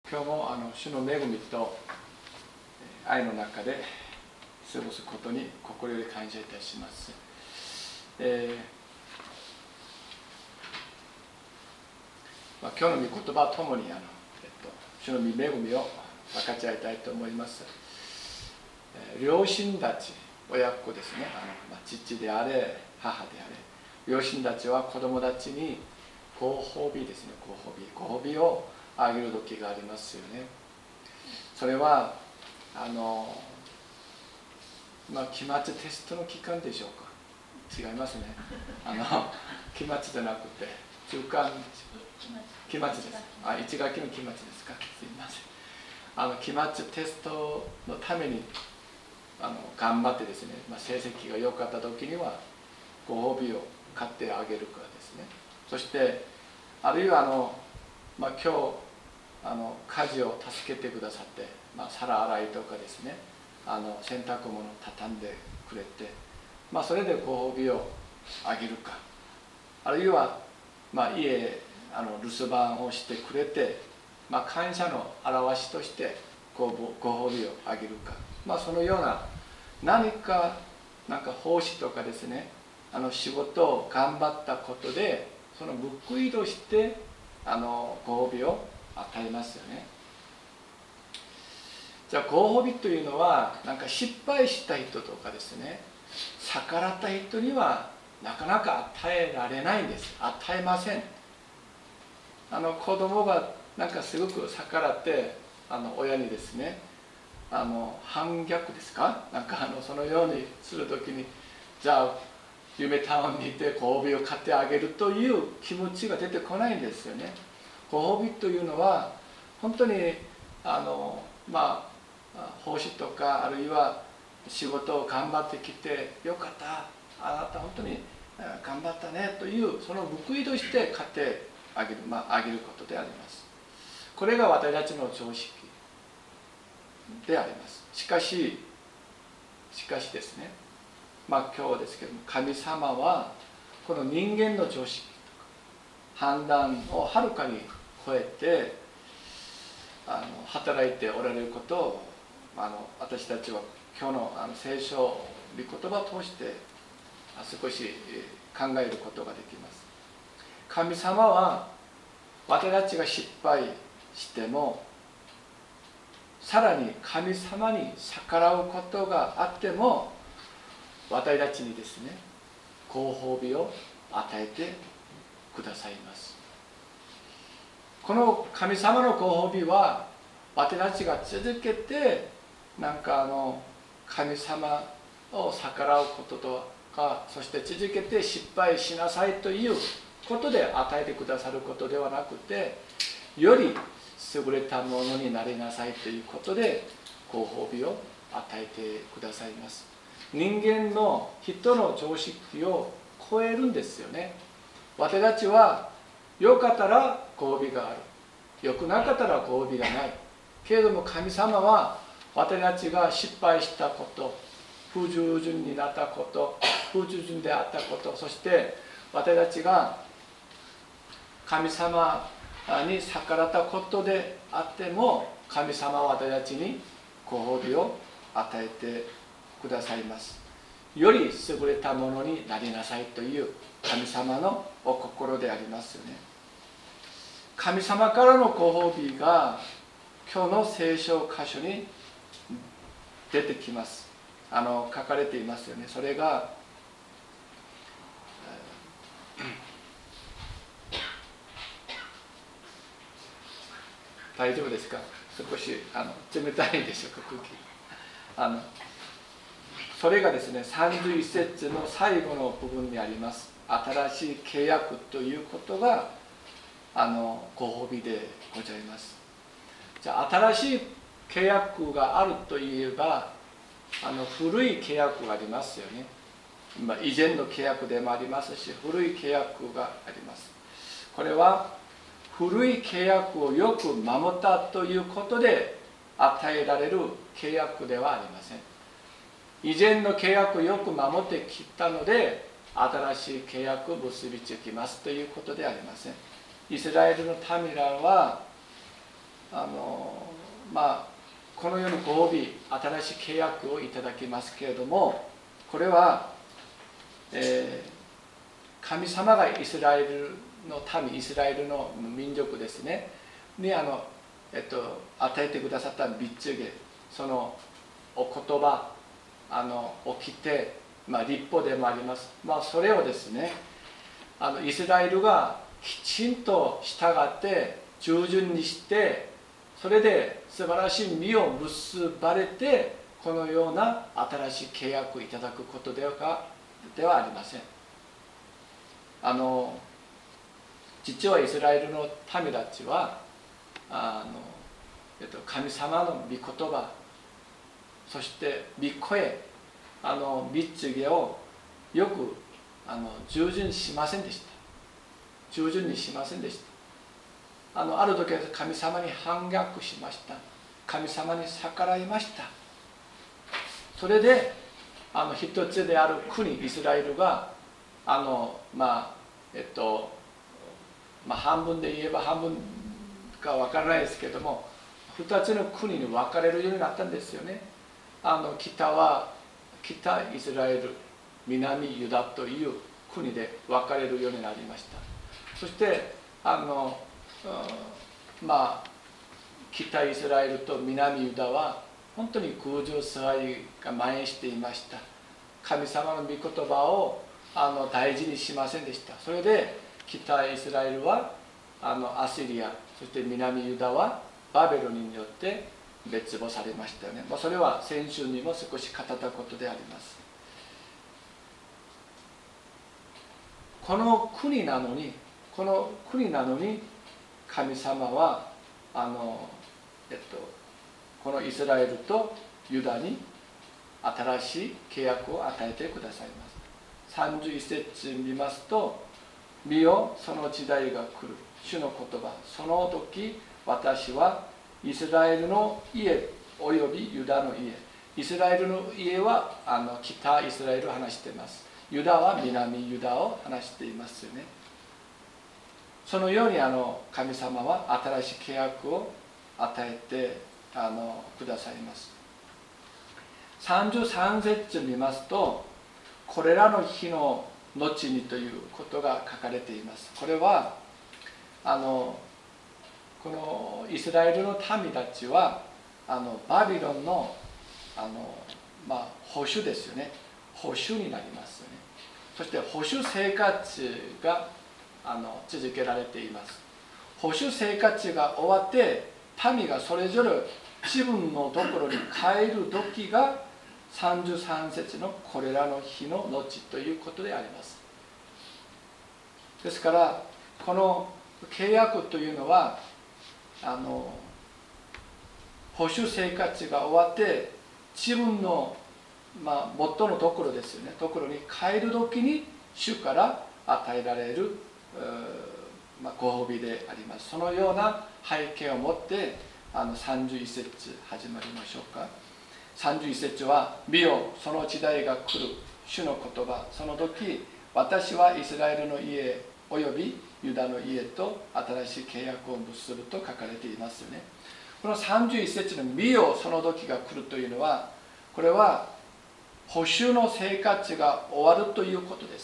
今日も主の恵みと愛の中で過ごすことに心より感謝いたします。今日の御言葉ともに主の御恵みを分かち合いたいと思います。両親たち、親子ですね、父であれ母であれ、両親たちは子供たちにご褒美ですね、ご褒美をあげる時がありますよね。それは期末テストの期間でしょうか。違いますね。期末じゃなくて中間期末です。1学期の期末ですか。すいません。期末テストのために頑張ってですね、成績が良かった時にはご褒美を買ってあげるからですね。そしてあるいは今日家事を助けてくださって、皿洗いとかですね、洗濯物を畳んでくれて、それでご褒美をあげるか、あるいは、家留守番をしてくれて、感謝の表しとしてご褒美をあげるか、そのような何か奉仕とかですね、仕事を頑張ったことでその報いとしてご褒美を与えますよね。じゃあご褒美というのは失敗した人とかですね、逆らった人にはなかなか与えられないんです。与えません。子供がすごく逆らって親にですね、反逆ですか、そのようにするときに、じゃあ夢タウンにいてご褒美を買ってあげるという気持ちが出てこないんですよね。ご褒美というのは本当に奉仕とか、あるいは仕事を頑張ってきてよかった、あなた本当に頑張ったねというその報いとして買ってあげることであります。これが私たちの常識であります。しかしですね、今日ですけども、神様はこの人間の常識とか判断をはるかに超えて働いておられることを私たちは今日の聖書御言葉を通して少し考えることができます。神様は私たちが失敗しても、さらに神様に逆らうことがあっても、私たちにですね、ご褒美を与えてくださいます。この神様のご褒美は、私たちが続けて神様を逆らうこととか、そして続けて失敗しなさいということで与えてくださることではなくて、より優れたものになりなさいということでご褒美を与えてくださいます。人間の人の常識を超えるんですよね。私たちは良かったらご褒美がある、良くなかったらご褒美がないけれども、神様は私たちが失敗したこと、不従順になったこと、不従順であったこと、そして私たちが神様に逆らったことであっても、神様は私たちにご褒美を与えてくださいます。より優れたものになりなさいという神様のお心でありますよね。神様からのご褒美が今日の聖書箇所に出てきます。書かれていますよね。それが大丈夫ですか？少し冷たいでしょうか、空気。それがですね、31節の最後の部分にあります。新しい契約ということがご褒美でございます。じゃあ新しい契約があるといえば、古い契約がありますよね。以前の契約でもありますし、古い契約があります。これは古い契約をよく守ったということで与えられる契約ではありません。以前の契約をよく守ってきたので新しい契約を結びつきますということではありません。イスラエルの民らはこのようにご褒美、新しい契約をいただきますけれども、これは、神様がイスラエルの民、イスラエルの民族ですねに与えてくださった御告げ、そのお言葉、掟、律法でもあります。それをですね、イスラエルがきちんと従って従順にして、それで素晴らしい実を結ばれて、このような新しい契約をいただくことではありません。実はイスラエルの民たちは神様の御言葉、そして御声、御告げをよく従順しませんでした。従順にしませんでした。ある時は神様に反逆しました。神様に逆らいました。それで一つである国イスラエルが半分で言えば半分か分からないですけども、2つの国に分かれるようになったんですよね。北イスラエル、南ユダという国で分かれるようになりました。そして北イスラエルと南ユダは本当に偶像崇拝が蔓延していました。神様の御言葉を大事にしませんでした。それで北イスラエルはアシリア、そして南ユダはバベロンによって滅亡されましたよね。それは先週にも少し語ったことであります。この国なのに神様はこのイスラエルとユダに新しい契約を与えてくださいます。31節見ますと、見よ、その時代が来る、主の言葉、その時私はイスラエルの家およびユダの家、イスラエルの家は北イスラエルを話しています。ユダは南ユダを話していますよね。そのように神様は新しい契約を与えてくださいます。33節見ますと、これらの日の後にということが書かれています。これはこのイスラエルの民たちはバビロンの保守ですよね。保守になりますよね。そして保守生活が続けられています。保守生活が終わって民がそれぞれ自分のところに帰る時が33節のこれらの日の後ということであります。ですからこの契約というのは保守生活が終わって自分の元のところですよね、ところに帰る時に主から与えられるご褒美であります。そのような背景を持って31節始まりましょうか。31節は、見よ、その時代が来る、主の言葉、その時私はイスラエルの家およびユダの家と新しい契約を結ぶと書かれていますよね。この31節の見よ、その時が来るというのは、これは保守の生活が終わるということです。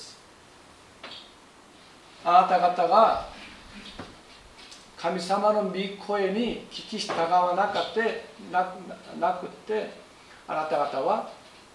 あなた方が神様の御声に聞き従わなくて、あなた方は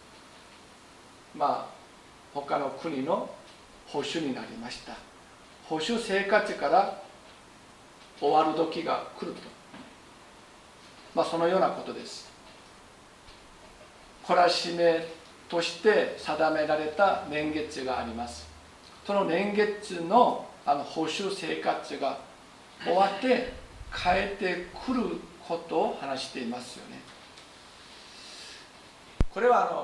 他の国の保守になりました。保守生活から終わる時が来ると、そのようなことです。懲らしめとして定められた年月があります。その年月の保守生活が終わって帰ってくることを話していますよね。これは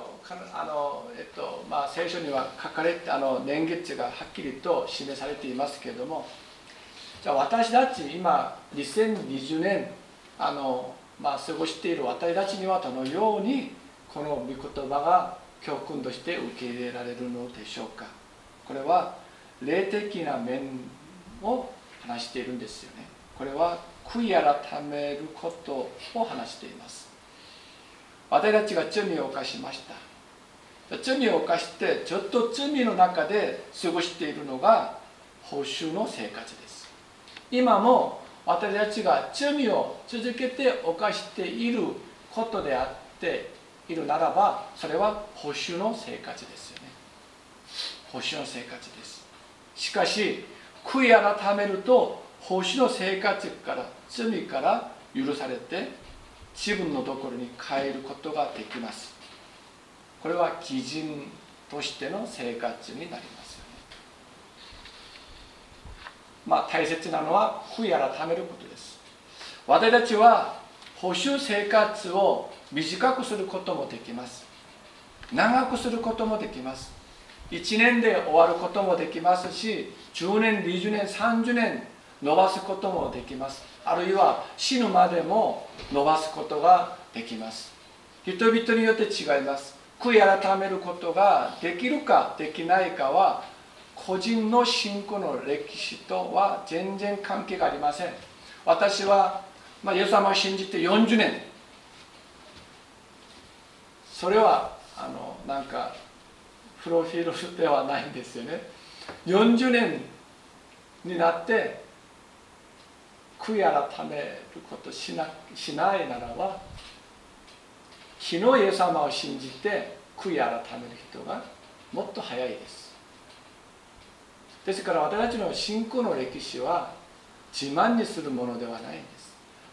聖書には書かれて年月がはっきりと示されていますけれども、じゃあ私たち今2020年過ごしている私たちにはどのようにこの御言葉が教訓として受け入れられるのでしょうか。これは霊的な面を話しているんですよね。 これは悔い改めることを話しています。私たちが罪を犯しました。罪を犯してちょっと罪の中で過ごしているのが報酬の生活です。今も私たちが罪を続けて犯していることであっているならば、それは報酬の生活ですよね。報酬の生活です。しかし悔い改めると報酬の生活から罪から許されて自分のところに帰ることができます。これは義人としての生活になりますよね。大切なのは悔い改めることです。私たちは報酬生活を短くすることもできます。長くすることもできます。1年で終わることもできますし、10年、20年、30年伸ばすこともできます。あるいは死ぬまでも伸ばすことができます。人々によって違います。悔い改めることができるかできないかは個人の信仰の歴史とは全然関係がありません。私は、イエス様を信じて40年、それはなんかプロフィールではないんですよね。40年になって悔い改めることしないならば、昨日イエス様を信じて悔い改める人がもっと早いです。ですから私たちの信仰の歴史は自慢にするものではないんです。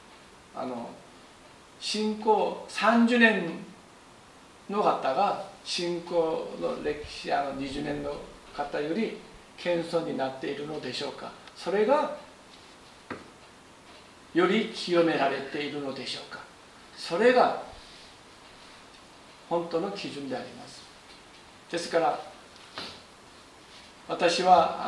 信仰30年の方が信仰の歴史20年の方より謙遜になっているのでしょうか。それがより清められているのでしょうか。それが本当の基準であります。ですから私は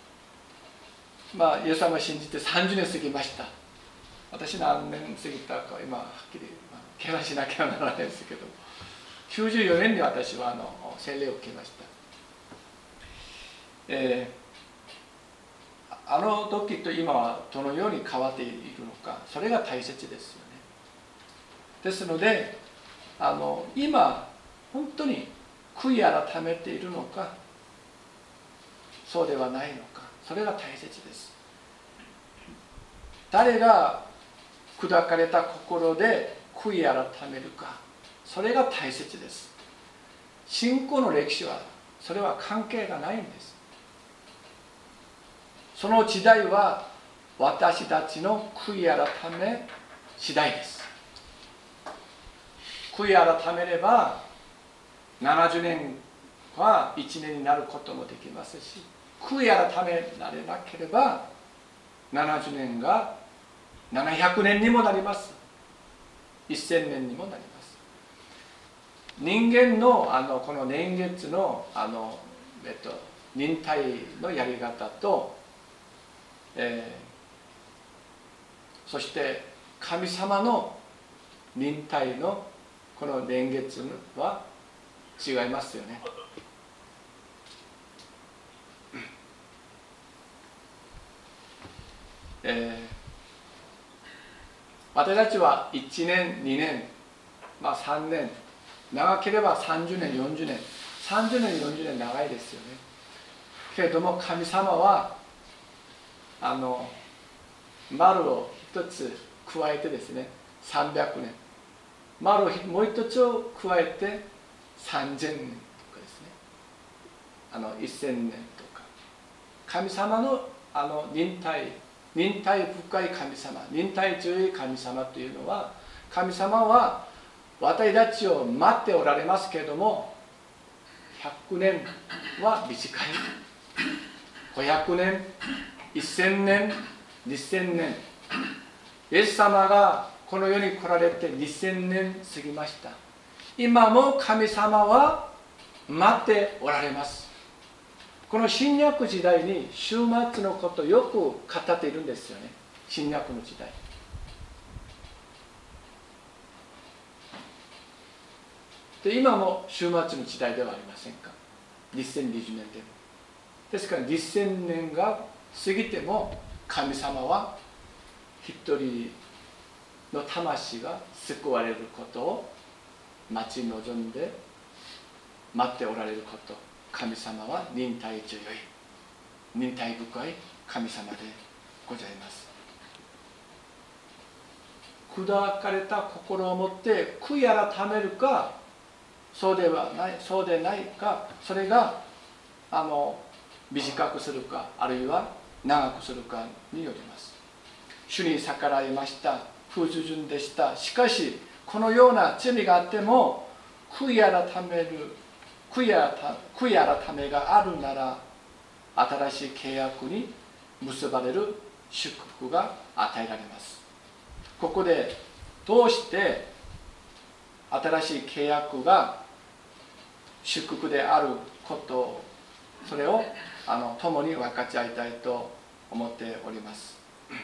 イエス様を信じて30年過ぎました。私何年過ぎたか今はっきり計算しなきゃならないですけど、94年に私は洗礼を受けました。あの時と今はどのように変わっているのか、それが大切ですよね。ですので今本当に悔い改めているのかそうではないのか、それが大切です。誰が砕かれた心で悔い改めるか、それが大切です。信仰の歴史はそれは関係がないんです。その時代は私たちの悔い改め次第です。悔い改めれば70年は1年になることもできますし、悔い改められなければ70年が700年にもなります。1000年にもなります。人間のこの年月の忍耐のやり方と、そして神様の忍耐のこの年月は違いますよね。私たちは1年、2年、3年、長ければ30年、40年、30年、40年長いですよね。けれども神様は丸を一つ加えてですね、300年、丸をもう一つを加えて3000年とかですね、1000年とか、神様の忍耐深い神様、忍耐強い神様というのは、神様は私たちを待っておられますけれども、100年は短い、500年、1000年、2000年、イエス様がこの世に来られて2000年過ぎました。今も神様は待っておられます。この新約時代に終末のことをよく語っているんですよね。新約の時代で、今も終末の時代ではありませんか。2020年でも。ですから2000年が過ぎても神様は一人の魂が救われることを待ち望んで待っておられること、神様は忍耐強い、忍耐深い神様でございます。砕かれた心を持って悔い改めるか、そうでないか、それが短くするか、あるいは長くするかによります。主に逆らいました、不従順でした。しかしこのような罪があっても悔い改めがあるなら、新しい契約に結ばれる祝福が与えられます。ここでどうして新しい契約が祝福であることを、それを共に分かち合いたいと思っております。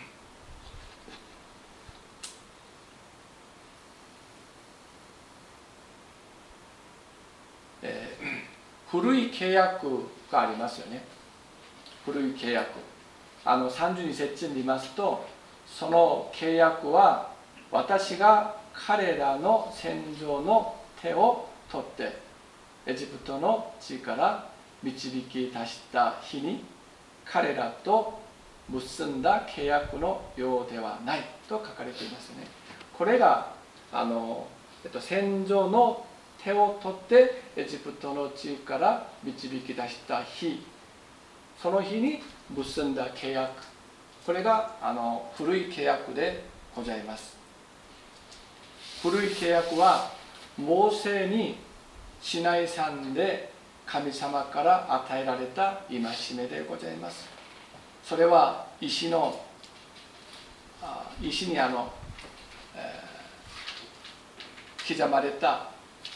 古い契約がありますよね。古い契約、32節に見ますと、その契約は私が彼らの先祖の手を取ってエジプトの地から導き出した日に彼らと結んだ契約のようではないと書かれていますね。これが先祖の手を取ってエジプトの地から導き出した日、その日に結んだ契約、これが古い契約でございます。古い契約はモーセにシナイ山で神様から与えられた戒めでございます。それは石に刻まれた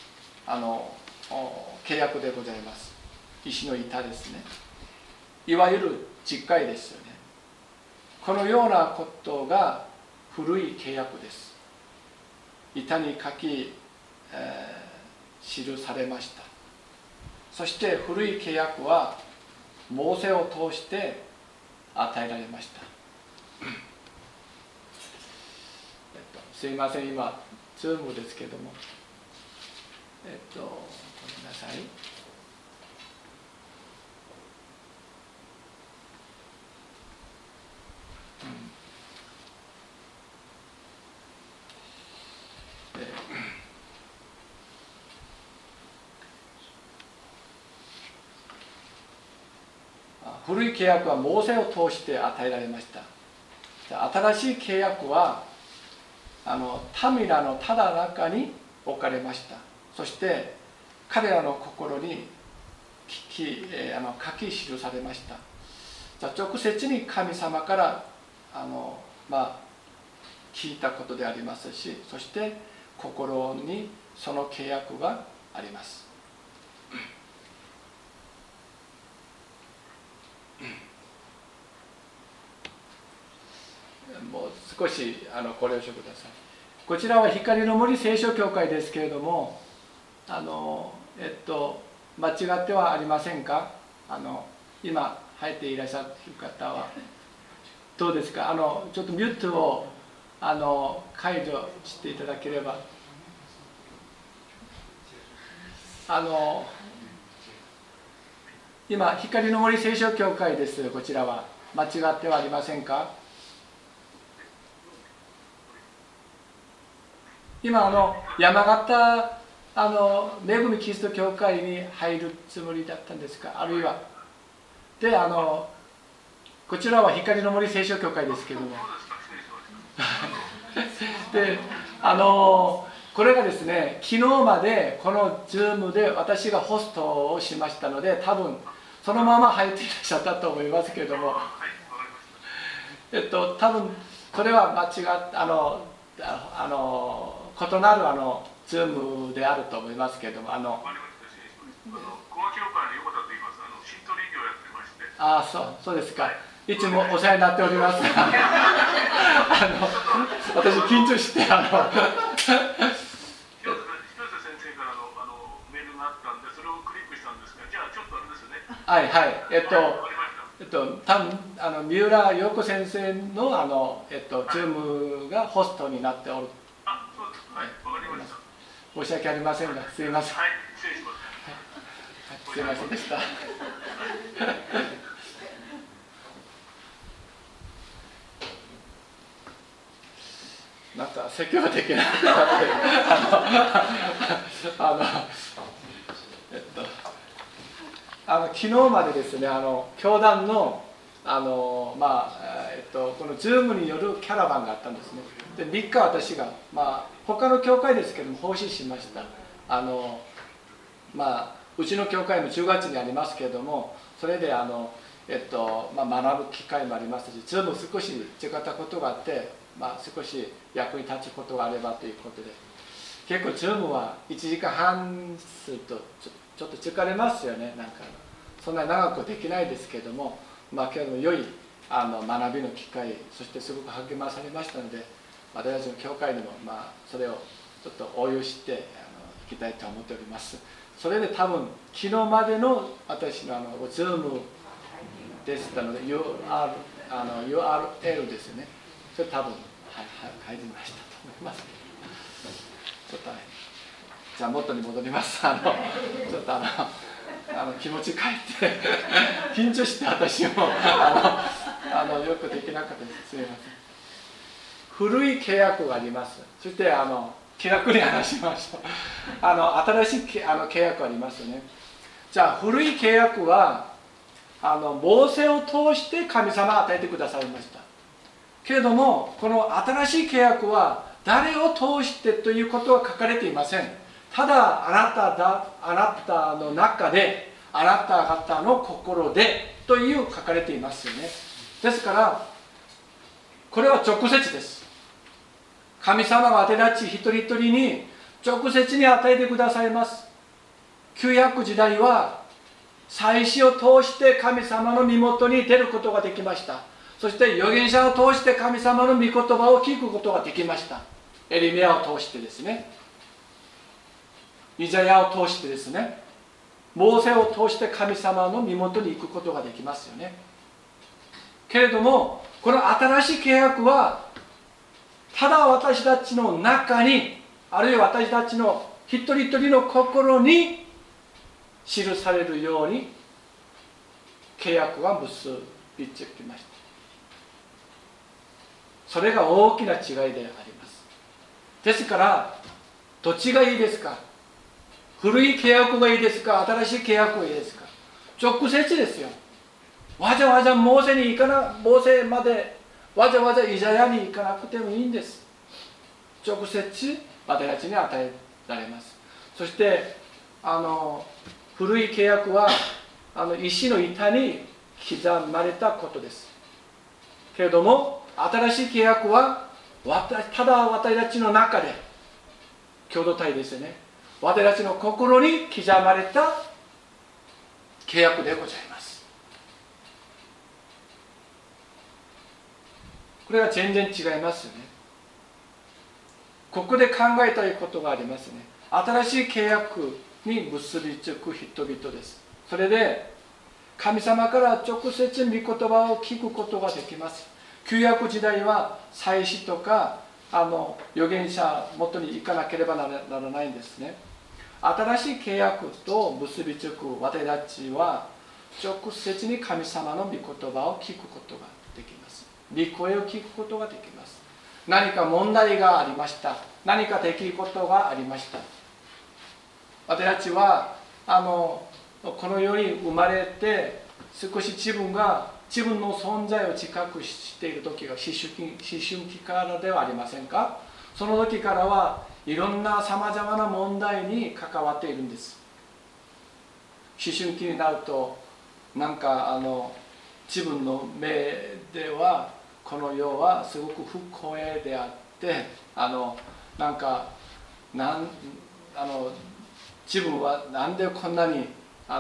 契約でございます。石の板ですね。いわゆる十戒ですよね。このようなことが古い契約です。板に記されました。そして古い契約はモーセを通して与えられました。すいません、今ズームですけども、ごめんなさい。古い契約はモーセを通して与えられました。新しい契約は民らのただ中に置かれました。そして彼らの心に書き記されました。直接に神様から聞いたことでありますし、そして心にその契約があります。もう少しご了承ください。こちらは光の森聖書教会ですけれども、間違ってはありませんか？今入っていらっしゃる方はどうですか？ちょっとミュートを解除していただければ。今光の森聖書教会です。こちらは間違ってはありませんか？今山形恵みキリスト教会に入るつもりだったんですか？あるいはでこちらは光の森聖書教会ですけどもでこれがですね、昨日までこの Zoom で私がホストをしましたので、多分そのまま入っていらっしゃったと思いますけれども、多分それは間違って異なるZoom であると思いますけれども、そうですか。いつもお世話になっております。私緊張してはいはい、 多分三浦陽子先生のズームがホストになっておる。 あ、そうです。はい、わかりました。 申し訳ありませんが、すいません。 はい、失礼します。 すいませんでした。なんか積極的な昨日までですね、教団のこのズームによるキャラバンがあったんですね。で3日私が他の教会ですけども奉仕しました。うちの教会も10月にありますけれども、それで学ぶ機会もありましたし、ズーム少し違ったことがあって、少し役に立つことがあればということで、結構ズームは1時間半するとちょっと疲れますよね。なんかそんなに長くできないですけれども、けれども良い学びの機会、そしてすごく励まされましたので、私たちの教会でもそれをちょっと応用していきたいと思っております。それで多分昨日までの私のズームでしたので URL ですよね。それ多分入りましたと思います。ちょっとじゃあ元に戻ります。ちょっと気持ち変えて緊張して私もよくできなかったです。すみません。古い契約があります。そして気楽に話しましょう。新しい契約がありますよね。じゃあ古い契約はモーセを通して神様が与えてくださいました。けれどもこの新しい契約は誰を通してということは書かれていません。ただあなたの中で、あなた方の心でという書かれていますよね。ですからこれは直接です。神様が私たち一人一人に直接に与えてくださいます。旧約時代は祭司を通して神様の身元に出ることができました。そして預言者を通して神様の御言葉を聞くことができました。エリメヤを通してですね、イザヤを通してですね、モーセを通して神様の身元に行くことができますよね。けれどもこの新しい契約はただ私たちの中に、あるいは私たちの一人一人の心に記されるように契約は結びつきました。それが大きな違いであります。ですからどっちがいいですか？古い契約がいいですか？新しい契約がいいですか？直接ですよ。わざわざモーセまでわざわざイザヤに行かなくてもいいんです。直接私たちに与えられます。そして古い契約は石の板に刻まれたことです。けれども新しい契約はただ私たちの中で、共同体ですよね、私たちの心に刻まれた契約でございます。これは全然違いますよね。ここで考えたいことがありますね。新しい契約に結びつく人々です。それで神様から直接御言葉を聞くことができます。旧約時代は祭司とか預言者元に行かなければならないんですね。新しい契約と結びつく私たちは直接に神様の御言葉を聞くことができます。御声を聞くことができます。何か問題がありました。何か出来事がありました。私たちはこの世に生まれて少し自分の存在を自覚している時が思春期からではありませんか？その時からはいろんなさまざまな問題に関わっているんです。思春期になるとなんか自分の目ではこの世はすごく不公平であって自分はなんでこんなに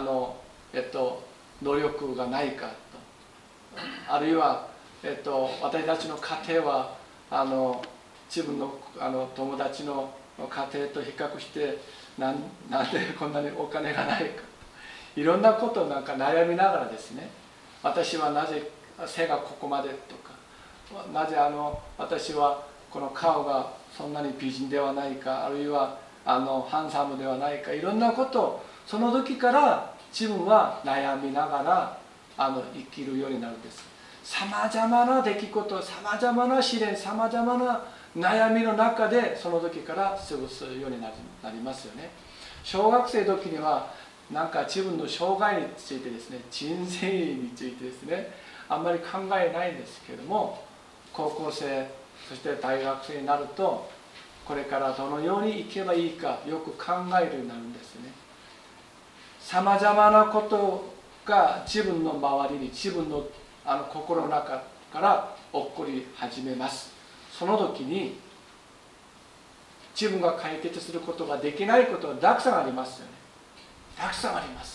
努力がないかと、あるいは、私たちの家庭は自分の友達の家庭と比較してなんでこんなにお金がないか、いろんなことを悩みながらですね、 私はなぜ背がここまでとか、なぜ私はこの顔がそんなに美人ではないか、あるいはハンサムではないか、いろんなことをその時から自分は悩みながら生きるようになるんです。さまざまな出来事、さまざまな試練、さまざまな悩みの中でその時から過ごすようになりますよね。小学生の時にはなんか自分の生涯についてですね、人生についてですね、あんまり考えないんですけれども、高校生そして大学生になるとこれからどのように生きればいいかよく考えるようになるんですね。さまざまなことが自分の周りに、自分の心の中から起こり始めます。その時に自分が解決することができないことがたくさんありますよね。たくさんあります。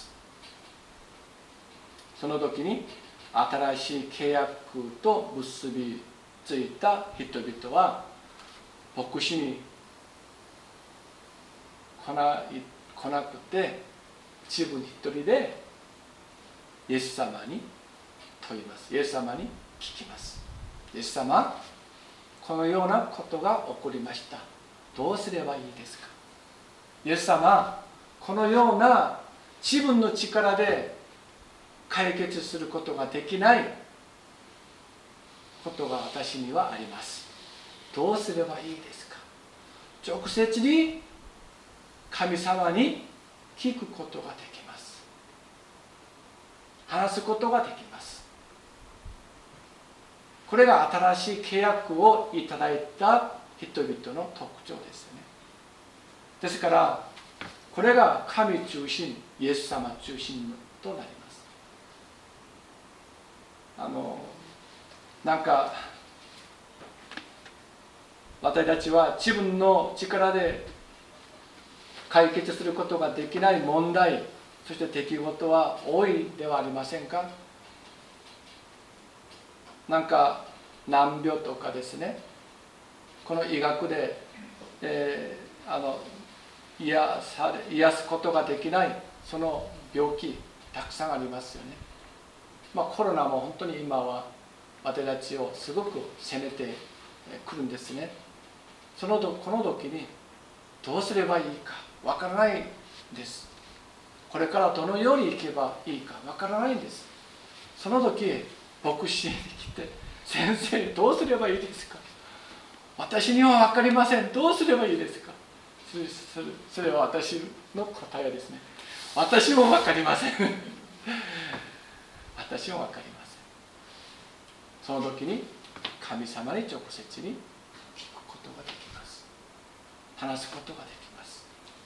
その時に新しい契約と結びついた人々は牧師に来なくて、自分一人でイエス様に問います。イエス様に聞きます。イエス様、このようなことが起こりました。どうすればいいですか？イエス様、このような自分の力で解決することができないことが私にはあります。どうすればいいですか？直接に神様に聞くことができます。話すことができます。これが新しい契約をいただいた人々の特徴ですよね。ですからこれが神中心、イエス様中心となります。なんか私たちは自分の力で解決することができない問題、そして出来事は多いではありませんか？なんか難病とかですね、この医学で、癒すことができないその病気たくさんありますよね。コロナも本当に今は私たちをすごく責めてくるんですね。この時にどうすればいいかわからないんです。これからどのように生けばいいかわからないんです。その時牧師に来て、先生どうすればいいですか？私には分かりません。どうすればいいですか？それは私の答えですね。私も分かりません私も分かりません。その時に神様に直接に聞くことができます。話すことができます。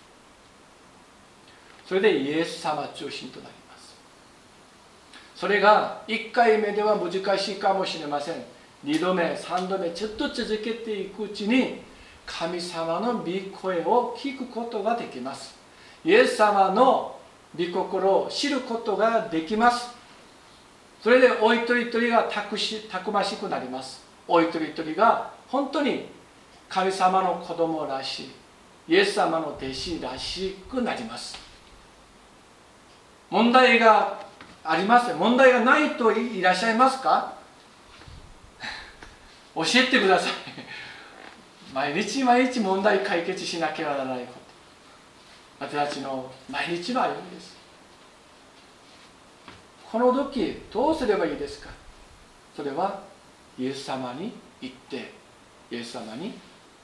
それでイエス様中心となります。それが1回目では難しいかもしれません。2度目、3度目、ちょっと続けていくうちに神様の御声を聞くことができます。イエス様の御心を知ることができます。それでお一人一人がたくましくなります。お一人一人が本当に神様の子供らしい、イエス様の弟子らしくなります。問題があります。問題がないといらっしゃいますか？教えてください。毎日毎日問題解決しなければならないこと、私たちの毎日の歩みです。この時どうすればいいですか？それはイエス様に行って、イエス様に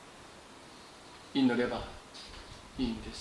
祈ればいいんです。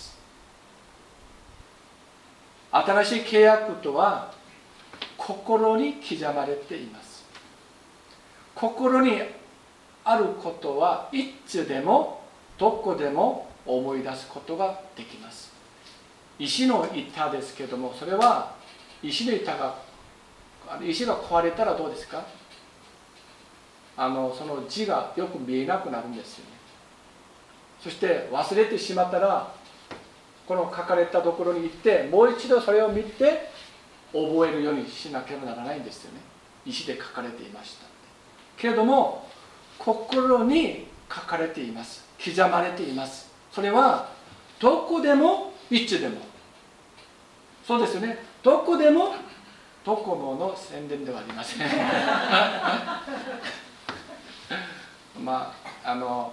新しい契約とは心に刻まれています。心にあることはいつでもどこでも思い出すことができます。石の板ですけども、それは石が壊れたらどうですか？その字がよく見えなくなるんですよね。そして忘れてしまったらこの書かれたところに行ってもう一度それを見て覚えるようにしなければならないんですよね。石で書かれていましたけれども、心に書かれています。刻まれています。それはどこでもいつでも、そうですよね、どこでもドコモの宣伝ではありませんまあ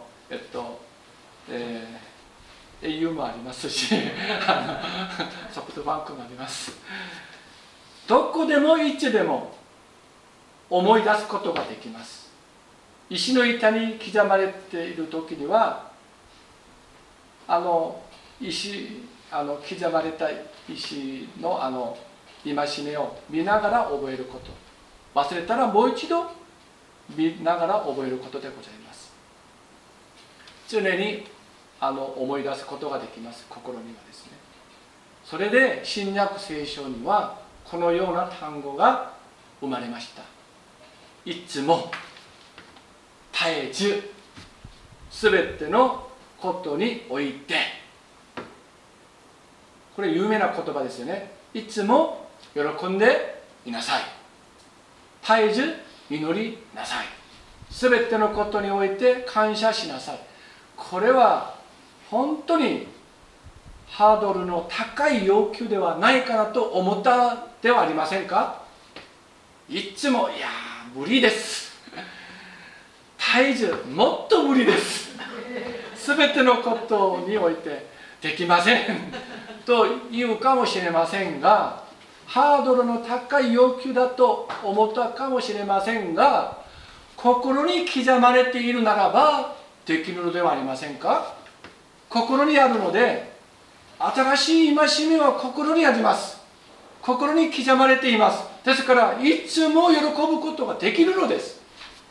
au もありますしソフトバンクもあります。どこでもいつでも思い出すことができます。石の板に刻まれている時には刻まれた石の戒めを見ながら覚えること、忘れたらもう一度見ながら覚えることでございます。常に思い出すことができます。心にはですね。それで新約聖書にはこのような単語が生まれました。いつも、絶えず、すべてのことにおいて。これ有名な言葉ですよね。いつも喜んでいなさい。絶えず祈りなさい。すべてのことにおいて感謝しなさい。これは本当にハードルの高い要求ではないかなと思ったではありませんか？いつも、いや無理です。絶えず、もっと無理です。すべてのことにおいてできませんと言うかもしれませんが、ハードルの高い要求だと思ったかもしれませんが、心に刻まれているならばできるのではありませんか？心にあるので、新しい戒めは心にあります。心に刻まれています。ですからいつも喜ぶことができるのです。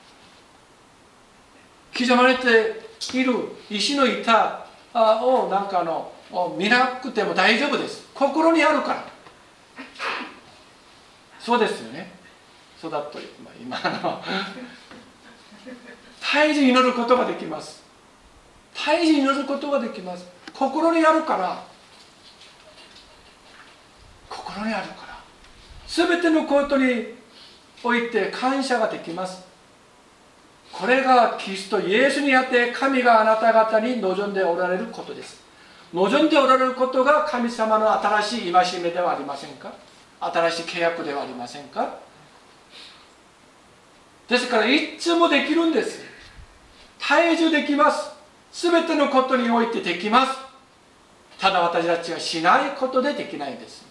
刻まれている石の板を見なくても大丈夫です。心にあるから。そうですよね。そうだと今絶えず祈ることができます。絶えず祈ることができます。心にあるから。心にあるから。すべてのことにおいて感謝ができます。これがキリストイエスにあって神があなた方に望んでおられることです。望んでおられることが神様の新しい戒めではありませんか？新しい契約ではありませんか？ですからいつもできるんです。絶えずできます。すべてのことにおいてできます。ただ私たちがしないことでできないんです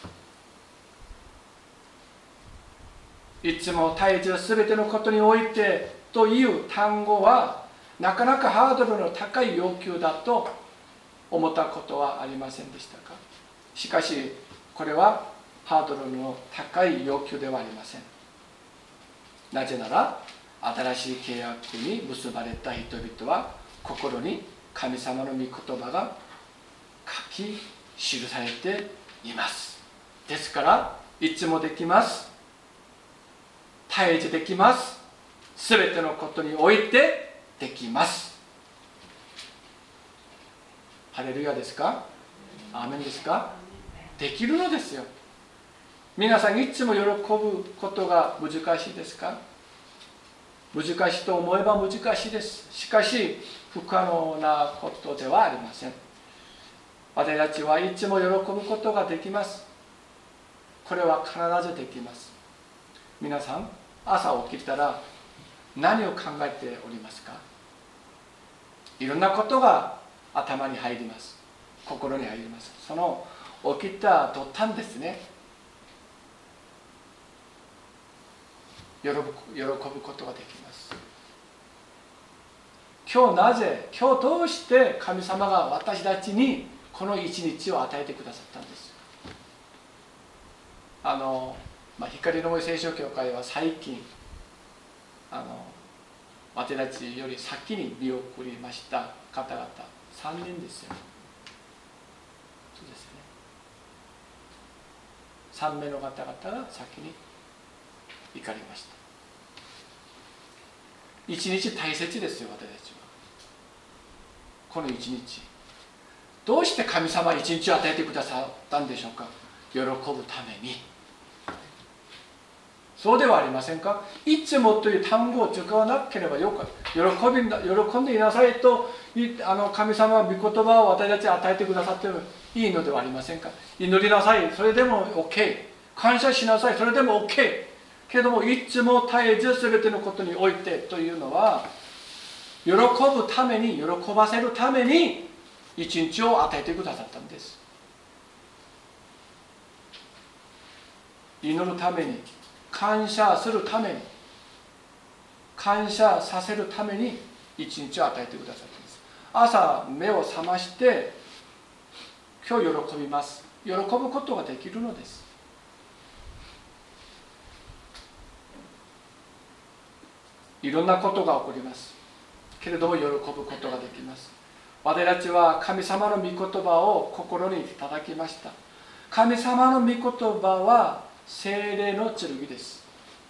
ね。いつも絶えずすべてのことにおいてという単語はなかなかハードルの高い要求だと思ったことはありませんでしたか？しかしこれはハードルの高い要求ではありません。なぜなら新しい契約に結ばれた人々は心に神様の御言葉が書き記されています。ですからいつもできます。絶えずできます。すべてのことにおいてできます。ハレルヤですか？アーメンですか？できるのですよ。皆さんいつも喜ぶことが難しいですか？難しいと思えば難しいです。しかし不可能なことではありません。私たちはいつも喜ぶことができます。これは必ずできます。皆さん朝起きたら何を考えておりますか？いろんなことが頭に入ります。心に入ります。その起きた途端ですね、喜ぶことができます。今日どうして神様が私たちにこの一日を与えてくださったんです。光の森聖書協会は最近私たちより先に見送りました方々3人ですよ。そうですよね。3名の方々が先に行かれました。一日大切ですよ。私たちはこの一日、どうして神様は一日を与えてくださったんでしょうか？喜ぶために。そうではありませんか？いつもという単語を使わなければよかった。喜んでいなさいと神様は御言葉を私たちに与えてくださっていいのではありませんか？祈りなさい、それでも OK。 感謝しなさい、それでも OK けれども、いつも絶えず全てのことにおいてというのは、喜ぶために、喜ばせるために一日を与えてくださったんです。祈るために、感謝するために、感謝させるために一日を与えてくださったんです。朝目を覚まして、今日喜びます、喜ぶことができるのです。いろんなことが起こりますけれども、喜ぶことができます。私たちは神様の御言葉を心にいただきました。神様の御言葉は聖霊の剣です。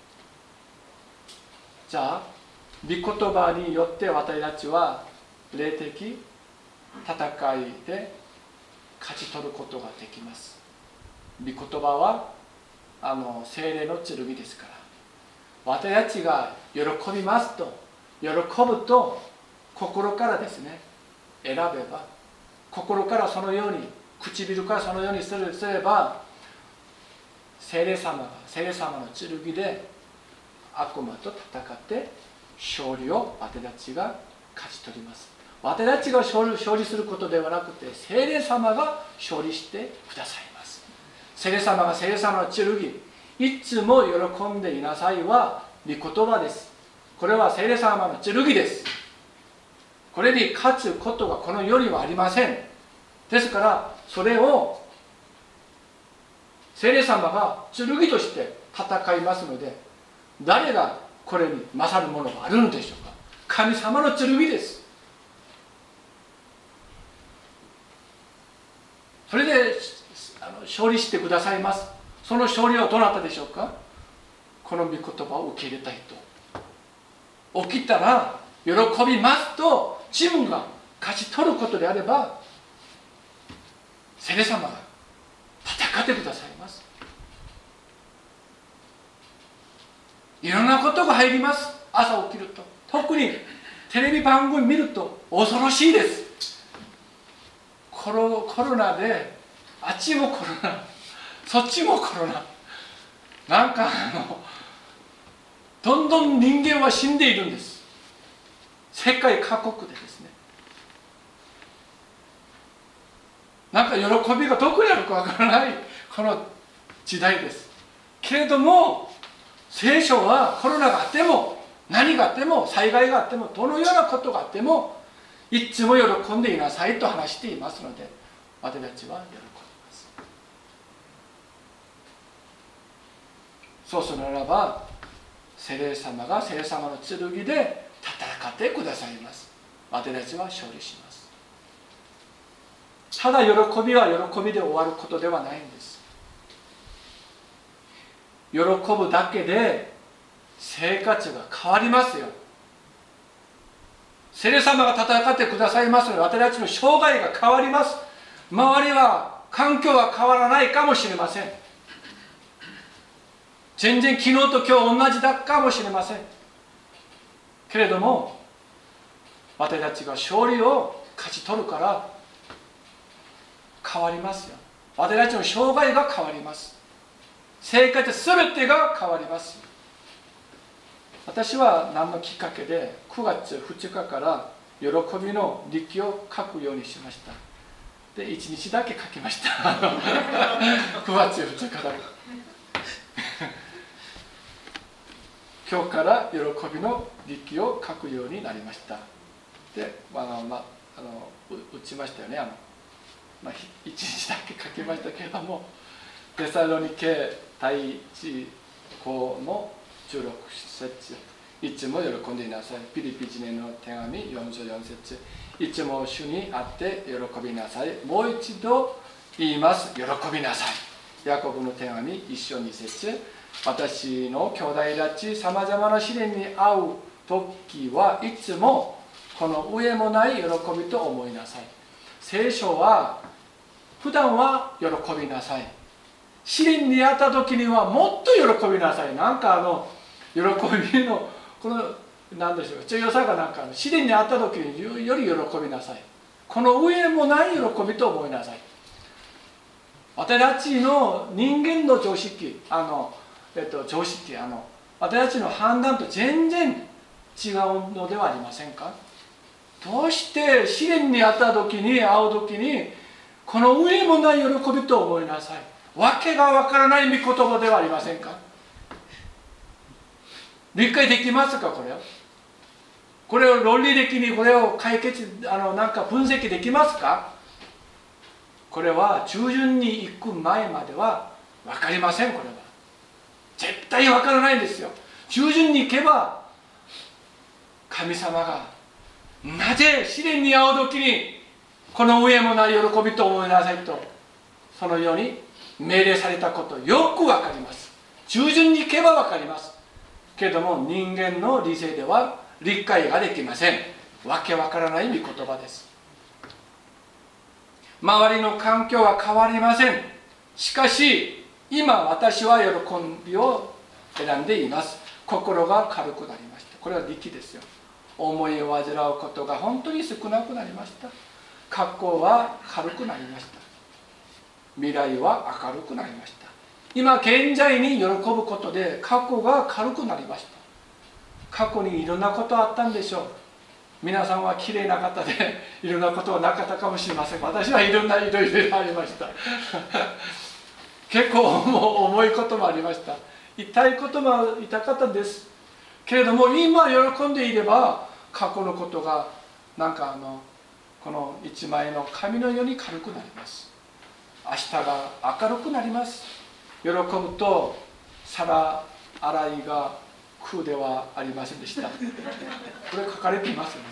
じゃあ御言葉によって私たちは霊的戦いで勝ち取ることができます。御言葉は聖霊の剣ですから、私たちが喜びますと、喜ぶと心からですね、選べば、心からそのように、唇からそのようにすれば、聖霊様の剣で悪魔と戦って勝利を私たちが勝ち取ります。私たちが勝利することではなくて、聖霊様が勝利してくださいます。聖霊様が聖霊様の剣、いつも喜んでいなさいは御言葉です。これは聖霊様の剣です。これに勝つことがこの世にはありません。ですからそれを聖霊様が剣として戦いますので、誰がこれに勝るものがあるのでしょうか。神様の剣です。それで勝利してくださいます。その勝利はどなたでしょうか。この御言葉を受け入れた人、起きたら喜びますと自分が勝ち取ることであれば、聖霊様が戦ってくださいます。いろんなことが入ります。朝起きると、特にテレビ番組見ると恐ろしいです。コロナであっちもコロナ、そっちもコロナ、なんかどんどん人間は死んでいるんです。世界各国でですね、なんか喜びがどこにあるかわからないこの時代です。けれども聖書はコロナがあっても何があっても災害があってもどのようなことがあってもいつも喜んでいなさいと話していますので、私たちは喜びます。そうするならば聖霊様が聖霊様の剣で戦ってくださいます。私たちは勝利します。ただ喜びは喜びで終わることではないんです。喜ぶだけで生活が変わりますよ。聖霊様が戦ってくださいますので、私たちの生涯が変わります。周りは環境は変わらないかもしれません。全然昨日と今日同じだかもしれませんけれども、私たちが勝利を勝ち取るから変わりますよ。私たちの生涯が変わります。生活全てが変わります。私は何のきっかけで9月2日から喜びの日記を書くようにしました。で1日だけ書きました9月2日から今日から喜びの日記を書くようになりました。で、打ちましたよね。1日だけ書きましたけれども、テサロニケ第1項の16節、いつも喜んでいなさい。ピリピ1年の手紙4章4節、いつも主にあって喜びなさい。もう一度言います、喜びなさい。ヤコブの手紙1章2節、私の兄弟たち、さまざまな試練に遭う時はいつもこの上もない喜びと思いなさい。聖書は普段は喜びなさい、試練に遭った時にはもっと喜びなさい。なんか喜びのこの何でしょう、強さがなんか試練に遭った時により喜びなさい。この上もない喜びと思いなさい。 私たちの人間の常識、常識、私たちの判断と全然違うのではありませんか。どうして試練に遭った時に、会う時に、この上もない喜びと思いなさい。わけがわからない御言葉ではありませんか。理解できますか。これを論理的にこれを解決なんか分析できますか。これは従順に行く前までは分かりません。これは絶対分からないんですよ。従順に行けば神様がなぜ試練に遭う時にこの上もない喜びと思いなさいとそのように命令されたことよく分かります。従順に行けば分かりますけれども、人間の理性では理解ができません。わけわからない御言葉です。周りの環境は変わりません。しかし今私は喜びを選んでいます。心が軽くなりました。これは力ですよ。思いを患うことが本当に少なくなりました。格好は軽くなりました。未来は明るくなりました。今現在に喜ぶことで過去が軽くなりました。過去にいろんなことあったんでしょう。皆さんは綺麗な方でいろんなことはなかったかもしれません。私はいろいろありました結構重いこともありました。痛いことも痛かったですけれども、今喜んでいれば過去のことがなんかこの一枚の紙のように軽くなります。明日が明るくなります。喜ぶと皿洗いが苦ではありませんでした。これ書かれていますよね。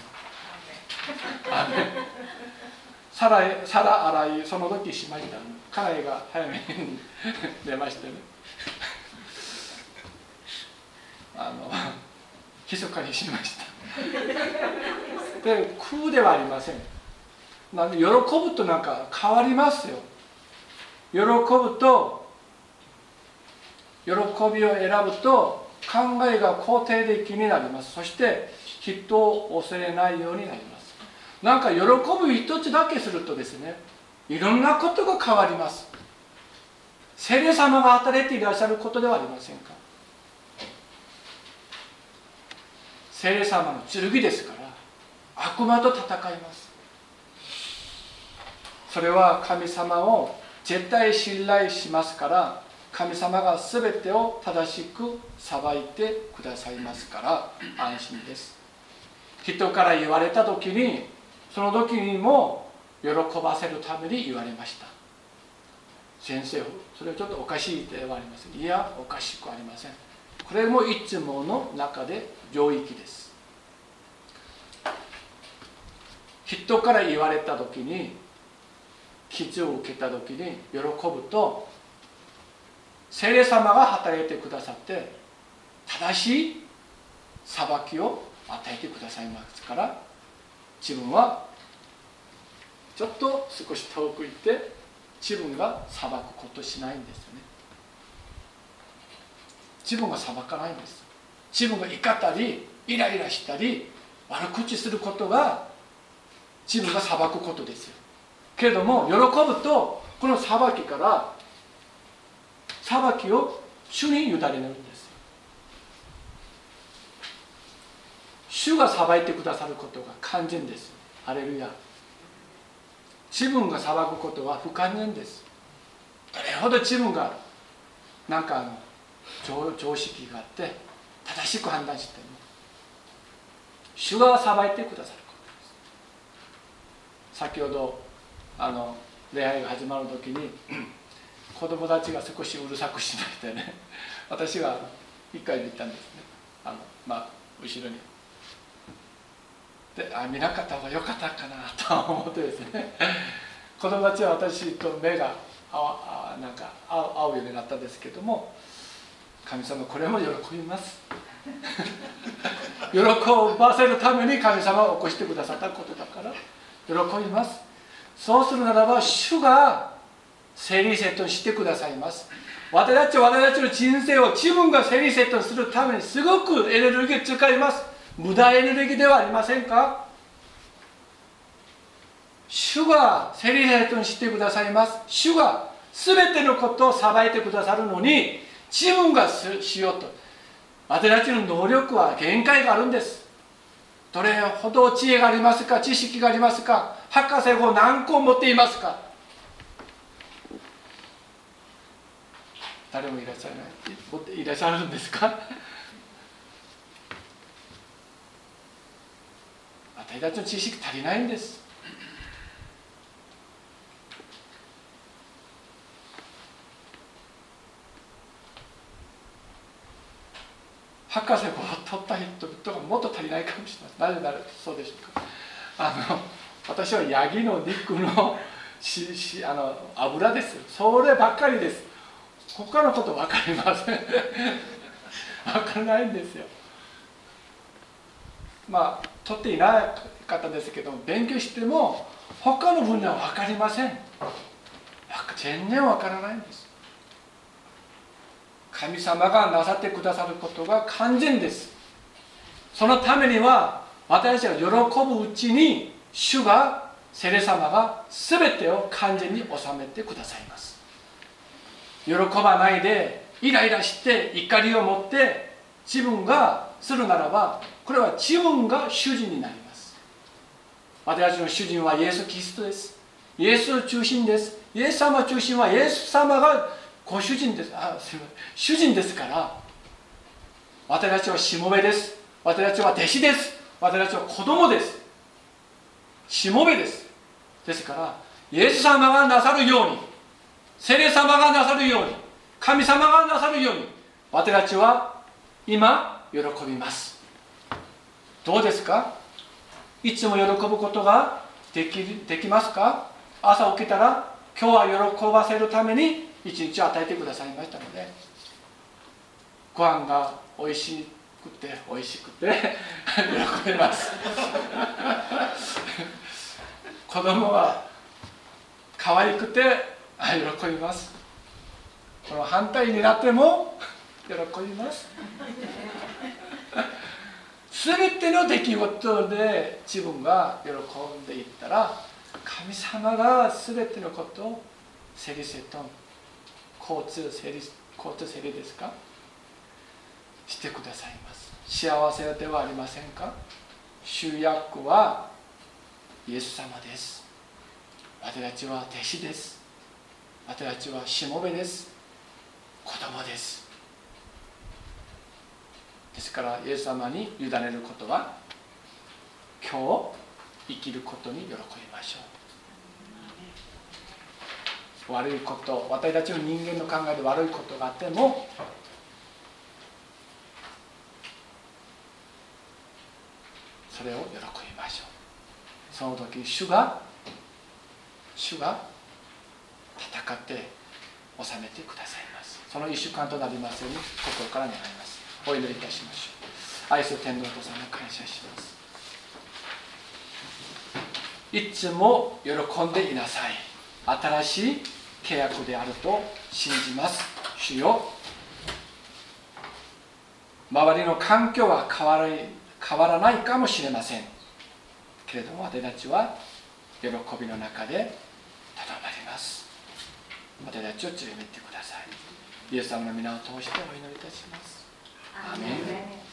皿洗いその時しました。家内が早めに出ましてね、密かにしました。で、苦ではありません。なんで喜ぶとなんか変わりますよ。喜ぶと喜びを選ぶと考えが肯定的になります。そして人を恐れないようになります。なんか喜ぶ一つだけするとですね、いろんなことが変わります。聖霊様が働いていらっしゃることではありませんか。聖霊様の剣ですから悪魔と戦います。それは神様を絶対信頼しますから、神様が全てを正しく裁いてくださいますから安心です。人から言われた時に、その時にも喜ばせるために言われました。先生、それはちょっとおかしいではありません。いや、おかしくありません。これもいつもの中で領域です。人から言われた時に、傷を受けた時に喜ぶと、聖霊様が働いてくださって正しい裁きを与えてくださいますから、自分はちょっと少し遠く行って自分が裁くことしないんですよね。自分が裁かないんです。自分が怒ったりイライラしたり悪口することが自分が裁くことですよ。けれども喜ぶと、この裁きから裁きを主に委ねるんですよ。主が裁いてくださることが完全です。ハレルヤ。自分が裁くことは不完全です。どれほど自分がなんか常識があって正しく判断しても、主が裁いてくださることです。先ほど礼拝が始まる時に子供たちが少しうるさくしましてね、私が一回言ったんですね。後ろにで、見なかった方が良かったかなと思ってですね、子供たちは私と目がなんか合うようになったんですけども、神様これも喜びます喜ばせるために神様を起こしてくださったことだから喜びます。そうするならば主が整理整頓してくださいます。私たちの人生を自分が整理整頓するためにすごくエネルギーを使います。無駄エネルギーではありませんか。主が整理整頓してくださいます。主が全てのことを裁いてくださるのに、自分がしようと、私たちの能力は限界があるんです。どれほど知恵がありますか、知識がありますか、博士号何個持っていますか。誰もいらっしゃらない、いらっしゃるんですか。私たちの知識足りないんです。博士号を取った人々がもっと足りないかもしれません。なぜならそうでしょうか。私はヤギの肉の油です。そればっかりです。他のこと分かりません。分からないんですよ。まあ取っていなかったですけど、勉強しても他の分野は分かりません。全然分からないんです。神様がなさってくださることが完全です。そのためには私たちが喜ぶうちに主が、聖霊様が全てを完全に収めてくださいます。喜ばないでイライラして怒りを持って自分がするならば、これは自分が主人になります。私たちの主人はイエス・キリストです。イエス中心です。イエス様中心はイエス様がご主人です。主人ですから、私たちはしもべです。私たちは弟子です。私たちは子供です。しもべです。ですからイエス様がなさるように、聖霊様がなさるように、神様がなさるように、私たちは今喜びます。どうですか。いつも喜ぶことができますか。朝起きたら今日は喜ばせるために一日を与えてくださいましたので、ご飯がおいしくて喜びます。子供は可愛くて喜びます。この反対になっても喜びます。全ての出来事で自分が喜んでいったら、神様が全てのことを整理整頓、交通整理ですか、してくださいます。幸せではありませんか。主役はイエス様です。私たちは弟子です。私たちはしもべです。子供です。ですからイエス様に委ねることは、今日生きることに喜びましょう。悪いこと、私たちの人間の考えで悪いことがあっても、それを喜びましょう。その時主が戦って収めてくださいます。その1週間となりますように心から願います。お祈りいたしましょう。愛する天のお父さんに感謝します。いつも喜んでいなさい。新しい契約であると信じます。主よ、周りの環境は変わらないかもしれませんけれども、私たちは喜びの中でとどまります。私たちを連れてってください。イエス様の皆を通してお祈りいたします。アーメン。